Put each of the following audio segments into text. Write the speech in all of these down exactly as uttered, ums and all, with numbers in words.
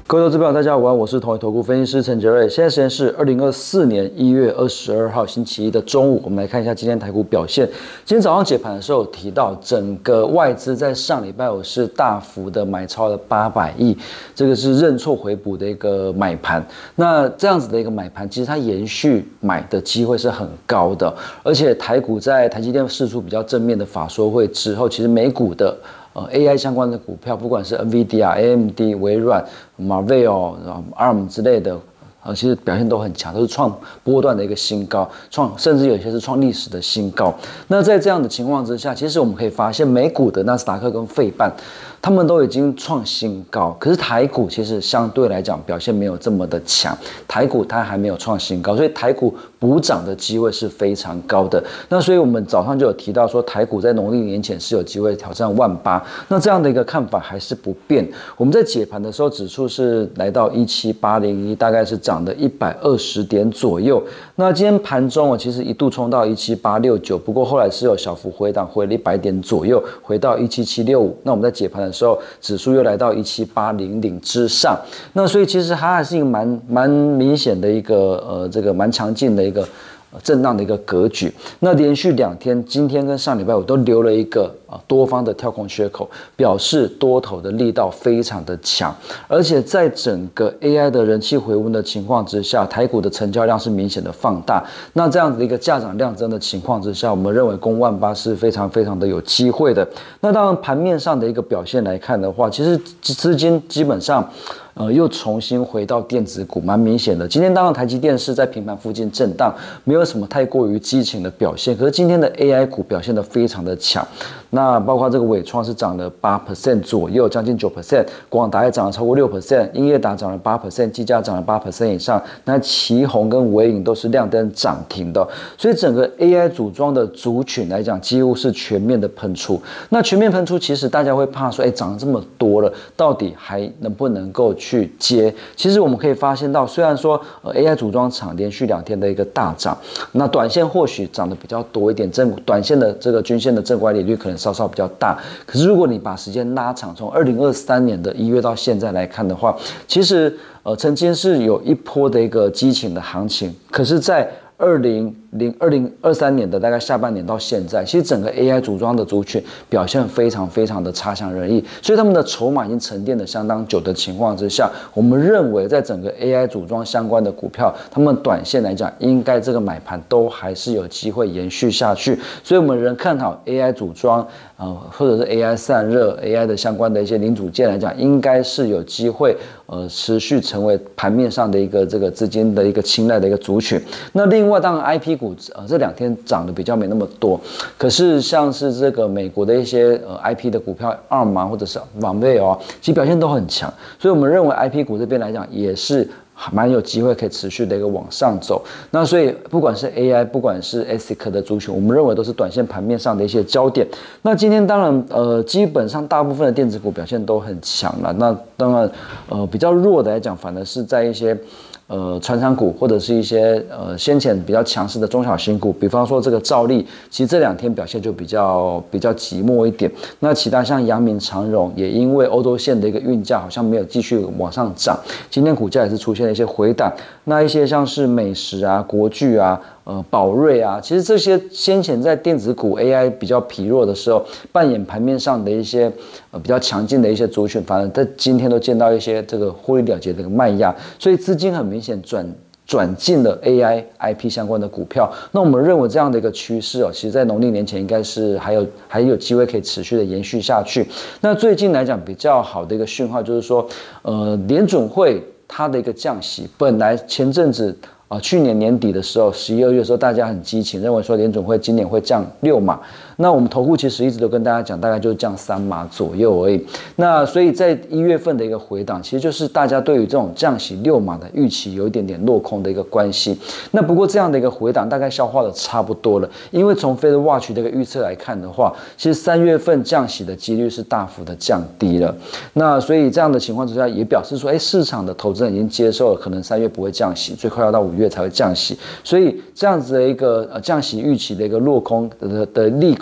各位投资朋友，大家好，我是统一投顾分析师陈杰瑞。现在时间是二零二四年一月二十二号星期一的中午，我们来看一下今天台股表现。今天早上解盘的时候提到，整个外资在上礼拜五是大幅的买超了八百亿，这个是认错回补的一个买盘。那这样子的一个买盘，其实它延续买的机会是很高的，而且台股在台积电释出比较正面的法说会之后，其实美股的呃 A I 相关的股票，不管是 NVIDIA、A M D、微软、Marvell、A R M 之类的，呃，其实表现都很强，都是创波段的一个新高，创甚至有些是创历史的新高。那在这样的情况之下，其实我们可以发现，美股的纳斯达克跟费半，他们都已经创新高，可是台股其实相对来讲表现没有这么的强，台股它还没有创新高，所以台股补涨的机会是非常高的。那所以我们早上就有提到说，台股在农历年前是有机会挑战万八，那这样的一个看法还是不变。我们在解盘的时候，指数是来到一七八零一，大概是涨了一百二十点左右。那今天盘中啊，其实一度冲到一七八六九，不过后来是有小幅回档，回了一百点左右，回到一七七六五。那我们在解盘的时候，指数又来到一七八零零之上。那所以其实它还是一个蛮蛮明显的一个呃这个蛮强劲的一个震荡的一个格局。那连续两天，今天跟上礼拜五都留了一个啊多方的跳空缺口，表示多头的力道非常的强。而且在整个 A I 的人气回温的情况之下，台股的成交量是明显的放大。那这样子的一个价涨量增的情况之下，我们认为攻万八是非常非常的有机会的。那当然盘面上的一个表现来看的话，其实资金基本上呃，又重新回到电子股，蛮明显的。今天当然台积电是在平盘附近震荡，没有什么太过于激情的表现。可是今天的 A I 股表现得非常的强，那包括这个伟创是涨了 百分之八 左右，将近 百分之九， 广达也涨了超过 百分之六， 英业达涨了 百分之八， 技嘉涨了 百分之八 以上，那奇鋐跟微影都是亮灯涨停的。所以整个 A I 组装的族群来讲，几乎是全面的喷出。那全面喷出，其实大家会怕说，哎，涨了这么多了，到底还能不能够去接？其实我们可以发现到，虽然说呃 A I 组装厂连续两天的一个大涨，那短线或许涨得比较多一点，正短线的这个均线的正乖离率可能稍稍比较大。可是如果你把时间拉长，从二零二三年的一月到现在来看的话，其实呃曾经是有一波的一个激情的行情，可是在二零二三年的大概下半年到现在，其实整个 A I 组装的族群表现非常非常的差强人意，所以他们的筹码已经沉淀了相当久的情况之下，我们认为在整个 A I 组装相关的股票，他们短线来讲，应该这个买盘都还是有机会延续下去，所以我们仍看好 A I 组装，呃，或者是 A I 散热、A I 的相关的一些零组件来讲，应该是有机会呃持续成为盘面上的一个这个资金的一个青睐的一个族群。那另外，当然 I P 股呃这两天涨得比较没那么多，可是像是这个美国的一些呃 I P 的股票 A R M 或者是 Marvell 其实表现都很强，所以我们认为 I P 股这边来讲也是蛮有机会可以持续的一个往上走。那所以不管是 A I， 不管是 A S I C 的族群，我们认为都是短线盘面上的一些焦点。那今天当然呃基本上大部分的电子股表现都很强了，那当然呃比较弱的来讲，反而是在一些呃，传产股或者是一些呃先前比较强势的中小型股，比方说这个兆利，其实这两天表现就比较比较寂寞一点。那其他像阳明、长荣，也因为欧洲线的一个运价好像没有继续往上涨，今天股价也是出现了一些回档。那一些像是美食啊、国巨啊、呃宝瑞啊，其实这些先前在电子股 A I 比较疲弱的时候，扮演盘面上的一些呃比较强劲的一些族群，反而在今天都见到一些这个获利了结的一个卖压，所以资金很明显转转进了 A I、I P 相关的股票。那我们认为这样的一个趋势哦，其实在农历年前应该是还有还有机会可以持续的延续下去。那最近来讲比较好的一个讯号就是说，呃，联准会它的一个降息，本来前阵子啊、呃，去年年底的时候，十一二月的时候，大家很激情，认为说联准会今年会降六码。那我们投顾其实一直都跟大家讲，大概就是降三码左右而已。那所以在一月份的一个回档，其实就是大家对于这种降息六码的预期有一点点落空的一个关系。那不过这样的一个回档大概消化的差不多了，因为从 Fed Watch 的一个预测来看的话，其实三月份降息的几率是大幅的降低了。那所以这样的情况之下，也表示说，哎，市场的投资人已经接受了，可能三月不会降息，最快要到五月才会降息。所以这样子的一个呃降息预期的一个落空的的利空。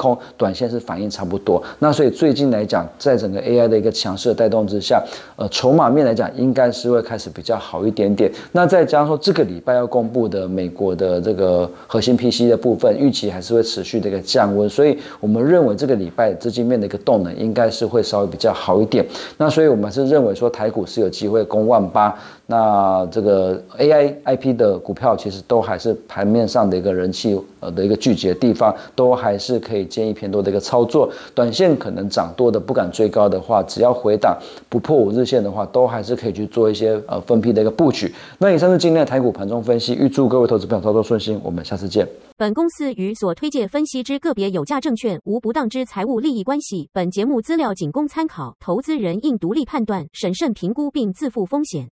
空，短线是反应差不多。那所以最近来讲，在整个 A I 的一个强势的带动之下，呃，筹码面来讲应该是会开始比较好一点点。那再加上说这个礼拜要公布的美国的这个核心 P C 的部分，预期还是会持续的一个降温，所以我们认为这个礼拜资金面的一个动能应该是会稍微比较好一点。那所以我们是认为说台股是有机会攻万八。那这个 A I I P 的股票其实都还是盘面上的一个人气呃的一个聚集的地方，都还是可以建议偏多的一个操作。短线可能涨多的不敢追高的话，只要回档不破五日线的话，都还是可以去做一些呃分批的一个布局。那以上是今天的台股盘中分析，预祝各位投资朋友操作顺心，我们下次见。 本公司与所推介分析之个别有价证券无不当之财务利益关系，本节目资料仅供参考，投资人应独立判断、审慎评估并自负风险。